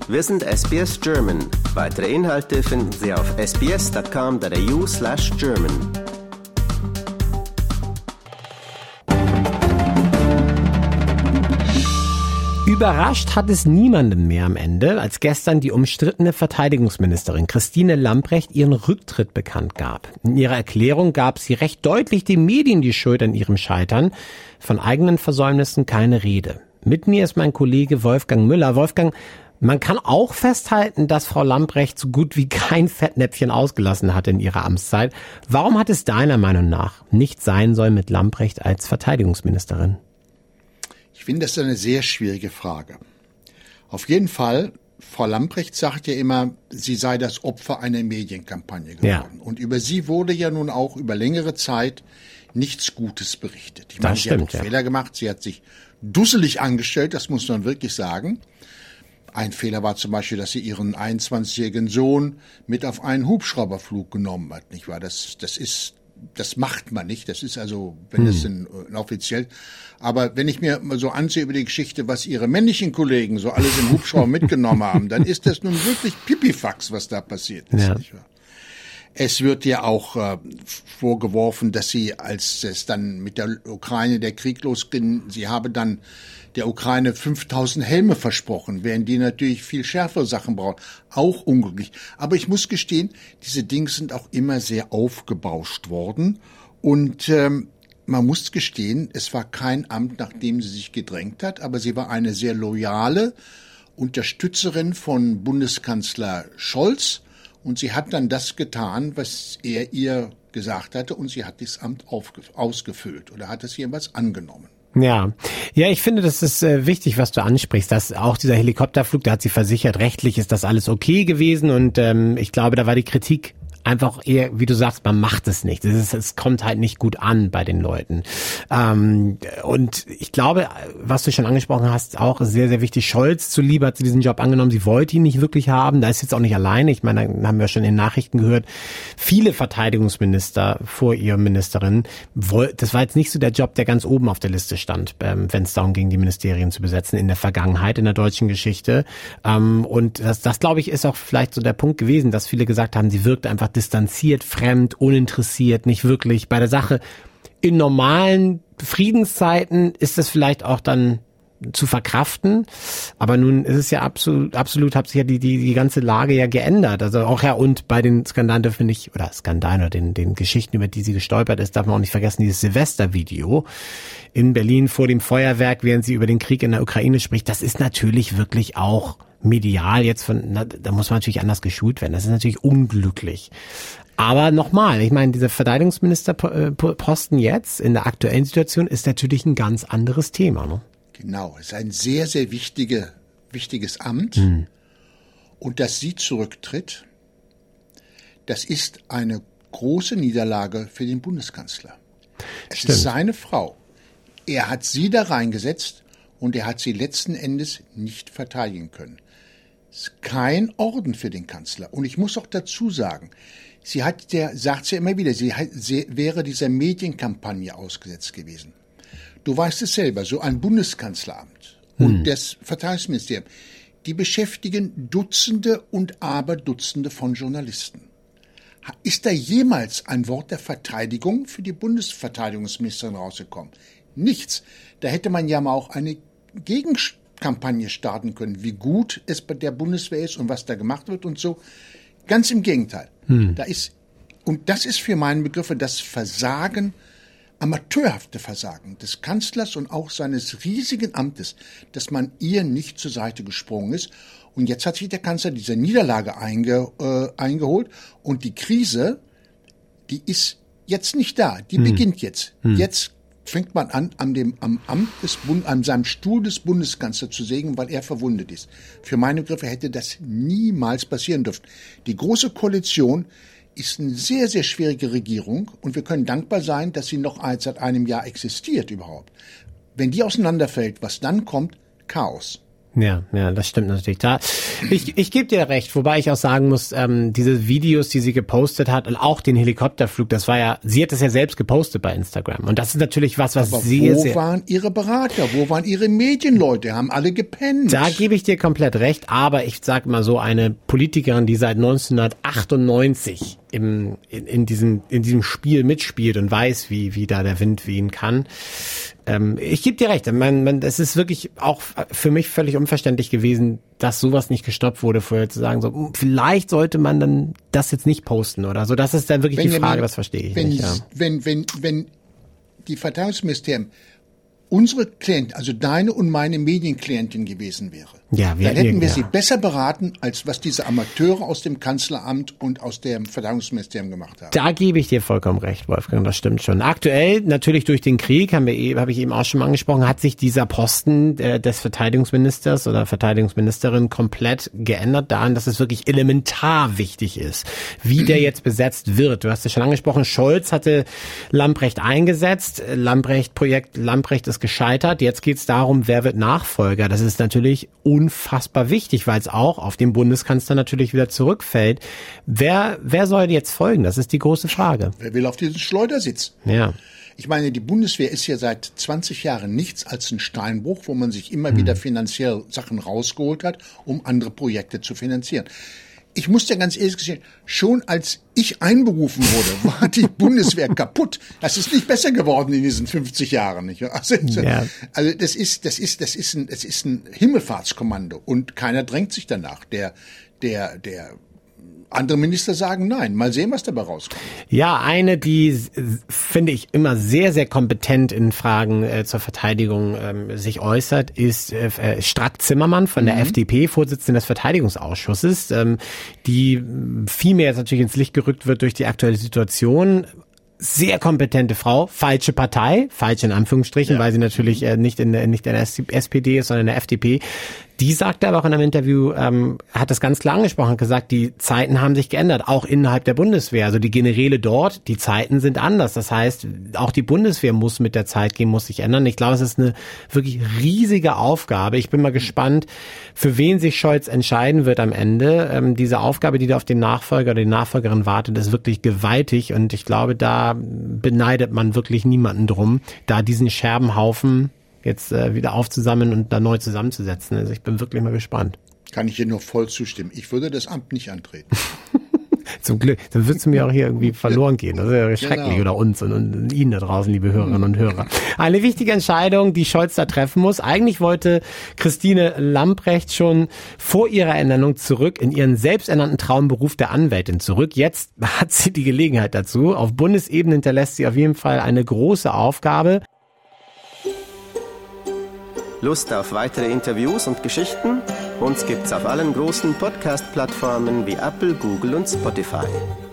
Wir sind SBS German. Weitere Inhalte finden Sie auf sbs.com.au/German. Überrascht hat es niemanden mehr am Ende, als gestern die umstrittene Verteidigungsministerin Christine Lambrecht ihren Rücktritt bekannt gab. In ihrer Erklärung gab sie recht deutlich den Medien die Schuld an ihrem Scheitern. Von eigenen Versäumnissen keine Rede. Mit mir ist mein Kollege Wolfgang Müller. Wolfgang, man kann auch festhalten, dass Frau Lambrecht so gut wie kein Fettnäpfchen ausgelassen hat in ihrer Amtszeit. Warum hat es deiner Meinung nach nicht sein sollen mit Lambrecht als Verteidigungsministerin? Ich finde, das ist eine sehr schwierige Frage. Auf jeden Fall, Frau Lambrecht sagt ja immer, sie sei das Opfer einer Medienkampagne geworden. Ja. Und über sie wurde ja nun auch über längere Zeit nichts Gutes berichtet. Ich meine, sie hat Fehler gemacht, sie hat sich dusselig angestellt, das muss man wirklich sagen. Ein Fehler war zum Beispiel, dass sie ihren 21-jährigen Sohn mit auf einen Hubschrauberflug genommen hat, nicht wahr? Das macht man nicht. Das ist also, wenn das denn offiziell. Aber wenn ich mir mal so ansehe über die Geschichte, was ihre männlichen Kollegen so alles im Hubschrauber mitgenommen haben, dann ist das nun wirklich Pipifax, was da passiert ist. Ja. Nicht wahr? Es wird ja auch vorgeworfen, dass sie, als es dann mit der Ukraine der Krieg losging, sie habe dann der Ukraine 5000 Helme versprochen, während die natürlich viel schärfere Sachen brauchen. Auch unglücklich. Aber ich muss gestehen, diese Dinge sind auch immer sehr aufgebauscht worden. Und man muss gestehen, es war kein Amt, nach dem sie sich gedrängt hat, aber sie war eine sehr loyale Unterstützerin von Bundeskanzler Scholz. Und sie hat dann das getan, was er ihr gesagt hatte, und sie hat das Amt ausgefüllt oder hat es jeweils angenommen. Ja, ich finde, das ist wichtig, was du ansprichst, dass auch dieser Helikopterflug, da hat sie versichert, rechtlich ist das alles okay gewesen, und ich glaube, da war die Kritik einfach eher, wie du sagst, man macht es nicht. Es kommt halt nicht gut an bei den Leuten. Und ich glaube, was du schon angesprochen hast, auch sehr, sehr wichtig. Scholz zuliebe hat sie diesen Job angenommen. Sie wollte ihn nicht wirklich haben. Da ist jetzt auch nicht alleine. Ich meine, da haben wir schon in den Nachrichten gehört, viele Verteidigungsminister vor ihrer Ministerin, das war jetzt nicht so der Job, der ganz oben auf der Liste stand, wenn es darum ging, die Ministerien zu besetzen in der Vergangenheit, in der deutschen Geschichte. Und das glaube ich, ist auch vielleicht so der Punkt gewesen, dass viele gesagt haben, sie wirkt einfach distanziert, fremd, uninteressiert, nicht wirklich bei der Sache. In normalen Friedenszeiten ist das vielleicht auch dann zu verkraften, aber nun ist es ja absolut hat sich ja die ganze Lage ja geändert. Also auch und bei den Skandalen Skandalen oder den Geschichten, über die sie gestolpert ist, darf man auch nicht vergessen, dieses Silvestervideo in Berlin vor dem Feuerwerk, während sie über den Krieg in der Ukraine spricht, das ist natürlich wirklich auch medial da muss man natürlich anders geschult werden. Das ist natürlich unglücklich. Aber nochmal, ich meine, dieser Verteidigungsministerposten jetzt in der aktuellen Situation ist natürlich ein ganz anderes Thema, ne? Genau, es ist ein sehr, sehr wichtiges Amt. Und dass sie zurücktritt, das ist eine große Niederlage für den Bundeskanzler. Es ist seine Frau. Er hat sie da reingesetzt und er hat sie letzten Endes nicht verteidigen können. Es ist kein Orden für den Kanzler. Und ich muss auch dazu sagen, sagt sie ja immer wieder, sie wäre dieser Medienkampagne ausgesetzt gewesen. Du weißt es selber, so ein Bundeskanzleramt und das Verteidigungsministerium, die beschäftigen Dutzende und Aberdutzende von Journalisten. Ist da jemals ein Wort der Verteidigung für die Bundesverteidigungsministerin rausgekommen? Nichts. Da hätte man ja mal auch eine Gegenkampagne starten können, wie gut es bei der Bundeswehr ist und was da gemacht wird und so. Ganz im Gegenteil. Und das ist für meine Begriffe das Versagen, amateurhafte Versagen des Kanzlers und auch seines riesigen Amtes, dass man ihr nicht zur Seite gesprungen ist. Und jetzt hat sich der Kanzler dieser Niederlage eingeholt. Und die Krise, die ist jetzt nicht da. Die beginnt jetzt. Jetzt fängt man an, an seinem Stuhl des Bundeskanzlers zu sägen, weil er verwundet ist. Für meine Begriffe hätte das niemals passieren dürfen. Die Große Koalition ist eine sehr, sehr schwierige Regierung und wir können dankbar sein, dass sie noch seit einem Jahr existiert überhaupt. Wenn die auseinanderfällt, was dann kommt? Chaos. Ja, das stimmt natürlich. Ich gebe dir recht, wobei ich auch sagen muss, diese Videos, die sie gepostet hat und auch den Helikopterflug, sie hat das ja selbst gepostet bei Instagram. Und das ist natürlich was Aber wo waren ihre Berater? Wo waren ihre Medienleute? Haben alle gepennt. Da gebe ich dir komplett recht, aber ich sag mal so, eine Politikerin, die seit 1998 in diesem Spiel mitspielt und weiß, wie da der Wind wehen kann. Ich gebe dir recht, es ist wirklich auch für mich völlig unverständlich gewesen, dass sowas nicht gestoppt wurde, vorher zu sagen, so vielleicht sollte man dann das jetzt nicht posten oder so. Das ist dann wirklich die Frage, das verstehe ich nicht. Ja. Wenn die Verteidigungsministerium unsere Klienten, also deine und meine Medienklientin gewesen wäre, dann hätten wir sie besser beraten, als was diese Amateure aus dem Kanzleramt und aus dem Verteidigungsministerium gemacht haben. Da gebe ich dir vollkommen recht, Wolfgang, das stimmt schon. Aktuell, natürlich durch den Krieg, habe ich eben auch schon mal angesprochen, hat sich dieser Posten des Verteidigungsministers oder Verteidigungsministerin komplett geändert daran, dass es wirklich elementar wichtig ist, wie der jetzt besetzt wird. Du hast es schon angesprochen, Scholz hatte Lambrecht eingesetzt, Projekt Lambrecht ist gescheitert. Jetzt geht es darum, wer wird Nachfolger. Das ist natürlich unfassbar wichtig, weil es auch auf den Bundeskanzler natürlich wieder zurückfällt. Wer soll jetzt folgen? Das ist die große Frage. Wer will auf diesen Schleudersitz? Ja. Ich meine, die Bundeswehr ist ja seit 20 Jahren nichts als ein Steinbruch, wo man sich immer wieder finanziell Sachen rausgeholt hat, um andere Projekte zu finanzieren. Ich muss dir ganz ehrlich gestehen, schon als ich einberufen wurde, war die Bundeswehr kaputt. Das ist nicht besser geworden in diesen 50 Jahren, nicht? Also das ist ein Himmelfahrtskommando und keiner drängt sich danach. Der andere Minister sagen nein. Mal sehen, was dabei rauskommt. Ja, eine, die finde ich immer sehr, sehr kompetent in Fragen zur Verteidigung sich äußert, ist Strack-Zimmermann von der FDP, Vorsitzende des Verteidigungsausschusses, die viel mehr jetzt natürlich ins Licht gerückt wird durch die aktuelle Situation. Sehr kompetente Frau, falsche Partei, falsch in Anführungsstrichen, weil sie natürlich nicht in der SPD ist, sondern in der FDP. Die sagte aber auch in einem Interview, hat das ganz klar angesprochen, hat gesagt, die Zeiten haben sich geändert, auch innerhalb der Bundeswehr. Also die Generäle dort, die Zeiten sind anders. Das heißt, auch die Bundeswehr muss mit der Zeit gehen, muss sich ändern. Ich glaube, es ist eine wirklich riesige Aufgabe. Ich bin mal gespannt, für wen sich Scholz entscheiden wird am Ende. Diese Aufgabe, die da auf den Nachfolger oder die Nachfolgerin wartet, ist wirklich gewaltig. Und ich glaube, da beneidet man wirklich niemanden drum, da diesen Scherbenhaufen jetzt wieder aufzusammeln und da neu zusammenzusetzen. Also ich bin wirklich mal gespannt. Kann ich dir nur voll zustimmen. Ich würde das Amt nicht antreten. Zum Glück. Dann würdest du mir auch hier irgendwie verloren gehen. Das ist ja schrecklich. Genau. Oder uns und Ihnen da draußen, liebe Hörerinnen und Hörer. Eine wichtige Entscheidung, die Scholz da treffen muss. Eigentlich wollte Christine Lambrecht schon vor ihrer Ernennung zurück in ihren selbsternannten Traumberuf der Anwältin zurück. Jetzt hat sie die Gelegenheit dazu. Auf Bundesebene hinterlässt sie auf jeden Fall eine große Aufgabe. Lust auf weitere Interviews und Geschichten? Uns gibt's auf allen großen Podcast-Plattformen wie Apple, Google und Spotify.